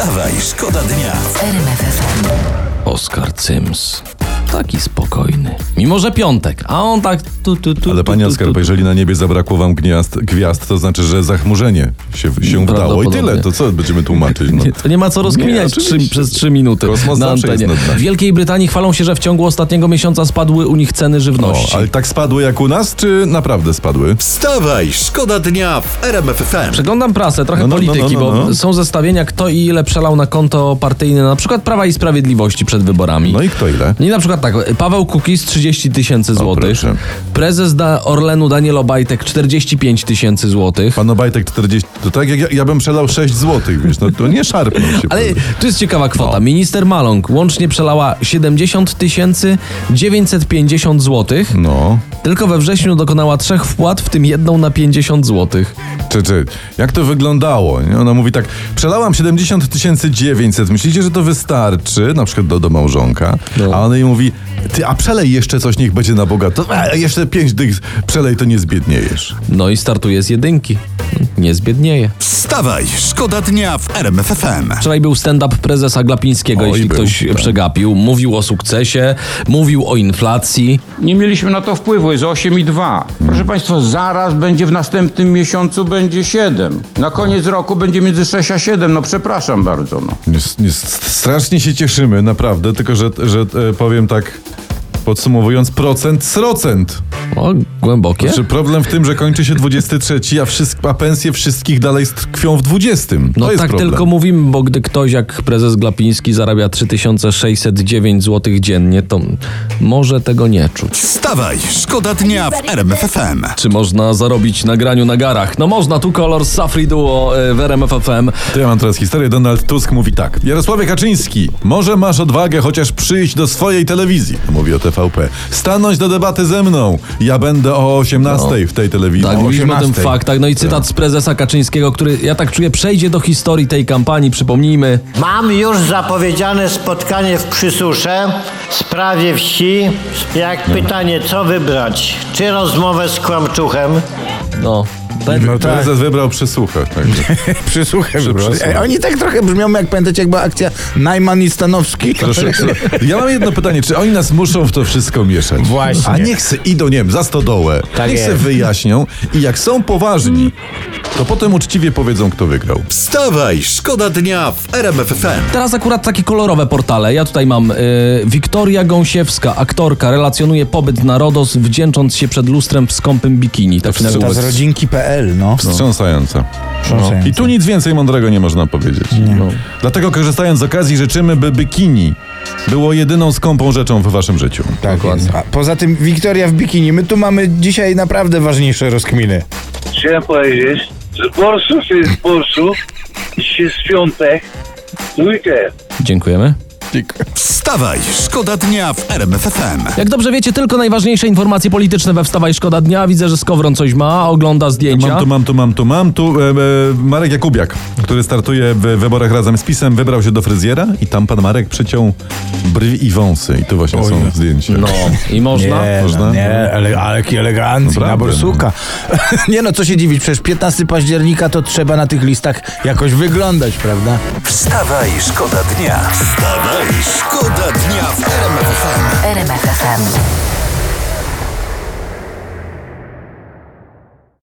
Wstawaj, szkoda dnia w RMF FM. Oskar Cyms. Taki spokojny. Mimo, że piątek, a on tak... Ale panie Oskar, bo jeżeli na niebie zabrakło wam gwiazd, to znaczy, że zachmurzenie się udało i tyle. To co będziemy tłumaczyć? No. To nie ma co rozkminiać przez 3 minuty Kosmos na zawsze antenie. jest nudny. W Wielkiej Brytanii chwalą się, że w ciągu ostatniego miesiąca spadły u nich ceny żywności. Ale tak spadły jak u nas, czy naprawdę spadły? Wstawaj, szkoda dnia w RMF FM. Przeglądam prasę, trochę polityki, bo są zestawienia, kto i ile przelał na konto partyjne, na przykład Prawa i Sprawiedliwości przed wyborami. No i kto ile? I na przykład tak, Paweł Kukiz 30 000 złotych, proszę. prezes Orlenu Daniel Obajtek 45 000 złotych. Pan Obajtek 40, to tak jak ja bym przelał 6 złotych, wiesz, no to nie szarpnął się. Ale tu jest ciekawa kwota. Minister Maląg łącznie przelała 70 950 złotych. No. Tylko we wrześniu dokonała 3 wpłat, w tym jedną na 50 złotych. Jak to wyglądało? Nie? Ona mówi tak, przelałam 70 900, myślicie, że to wystarczy? Na przykład do małżonka. No. A ona jej mówi, ty, a przelej jeszcze coś, niech będzie na bogato. Jeszcze 5 dych przelej, to nie zbiedniejesz. No i startuje z jedynki. Nie zbiednieje. Wstawaj, szkoda dnia w RMF FM. Wczoraj był stand-up prezesa Glapińskiego, jeśli ktoś przegapił. Mówił o sukcesie, mówił o inflacji. Nie mieliśmy na to wpływu, jest 8,2. Proszę Państwa, zaraz będzie w następnym miesiącu będzie 7. Na koniec roku będzie między 6 a 7, no przepraszam bardzo. No. Strasznie się cieszymy, naprawdę, tylko że powiem tak, podsumowując, procent. O, głębokie. Znaczy, problem w tym, że kończy się 23, a pensje wszystkich dalej tkwią w 20. No to jest tak problem. tylko mówimy, bo gdy ktoś jak prezes Glapiński zarabia 3609 zł dziennie, to może tego nie czuć. Wstawaj, szkoda dnia w RMF FM. Czy można zarobić na graniu na garach? No można, tu kolor Safri Duo w RMF FM. To ja mam teraz historię. Donald Tusk mówi tak. Jarosławie Kaczyński, może masz odwagę chociaż przyjść do swojej telewizji. Mówi o TVP. Stanąć do debaty ze mną. Ja będę o 18 w tej telewizji. Tak, o mówiliśmy o tym 18. faktach. No i cytat z prezesa Kaczyńskiego, który, ja tak czuję, przejdzie do historii tej kampanii. Przypomnijmy. Mam już zapowiedziane spotkanie w Przysusze w sprawie wsi. Jak pytanie, co wybrać? Czy rozmowę z Kłamczuchem? No, Prezes wybrał przysłuchę. Przysłuchaj, Przysłuchaj. oni tak trochę brzmią, jak pamiętacie, jak była akcja Najman i Stanowski. Ja mam jedno pytanie, czy oni nas muszą w to wszystko mieszać? Właśnie. A niech se idą, nie wiem, za stodołę. Tak niech se jest. wyjaśnią i jak są poważni, to potem uczciwie powiedzą, kto wygrał. Wstawaj, szkoda dnia w RMF FM. teraz akurat takie kolorowe portale. Ja tutaj mam Wiktoria Gąsiewska, aktorka, relacjonuje pobyt na RODOS, wdzięcząc się przed lustrem w skąpym bikini. Tak się Ta nazywa. z rodzinki.pl, no. Wstrząsająca. Wstrząsające. I tu nic więcej mądrego nie można powiedzieć. No. Dlatego korzystając z okazji życzymy, by bikini było jedyną skąpą rzeczą w waszym życiu. Tak jest. A poza tym Wiktoria w bikini. My tu mamy dzisiaj naprawdę ważniejsze rozkminy. Chciałem powiedzieć, że Borszów jest Borszów, dziś jest piątek, weekend. Dziękujemy. Wstawaj, szkoda dnia w RMF FM. Jak dobrze wiecie, tylko najważniejsze informacje polityczne we Wstawaj Szkoda Dnia. Widzę, że Skowron coś ma, ogląda zdjęcia. Mam tu Marek Jakubiak, który startuje w wyborach razem z PiS-em, wybrał się do fryzjera i tam pan Marek przyciął brwi i wąsy. I tu właśnie są zdjęcia. No i można? Można? Ale jaki elegancki, Naprawdę, na borsuka. Nie no, co się dziwić, przecież 15 października to trzeba na tych listach jakoś wyglądać, prawda? Wstawaj, szkoda dnia. Wstawaj, szkoda dnia w RMF FM. RMF FM.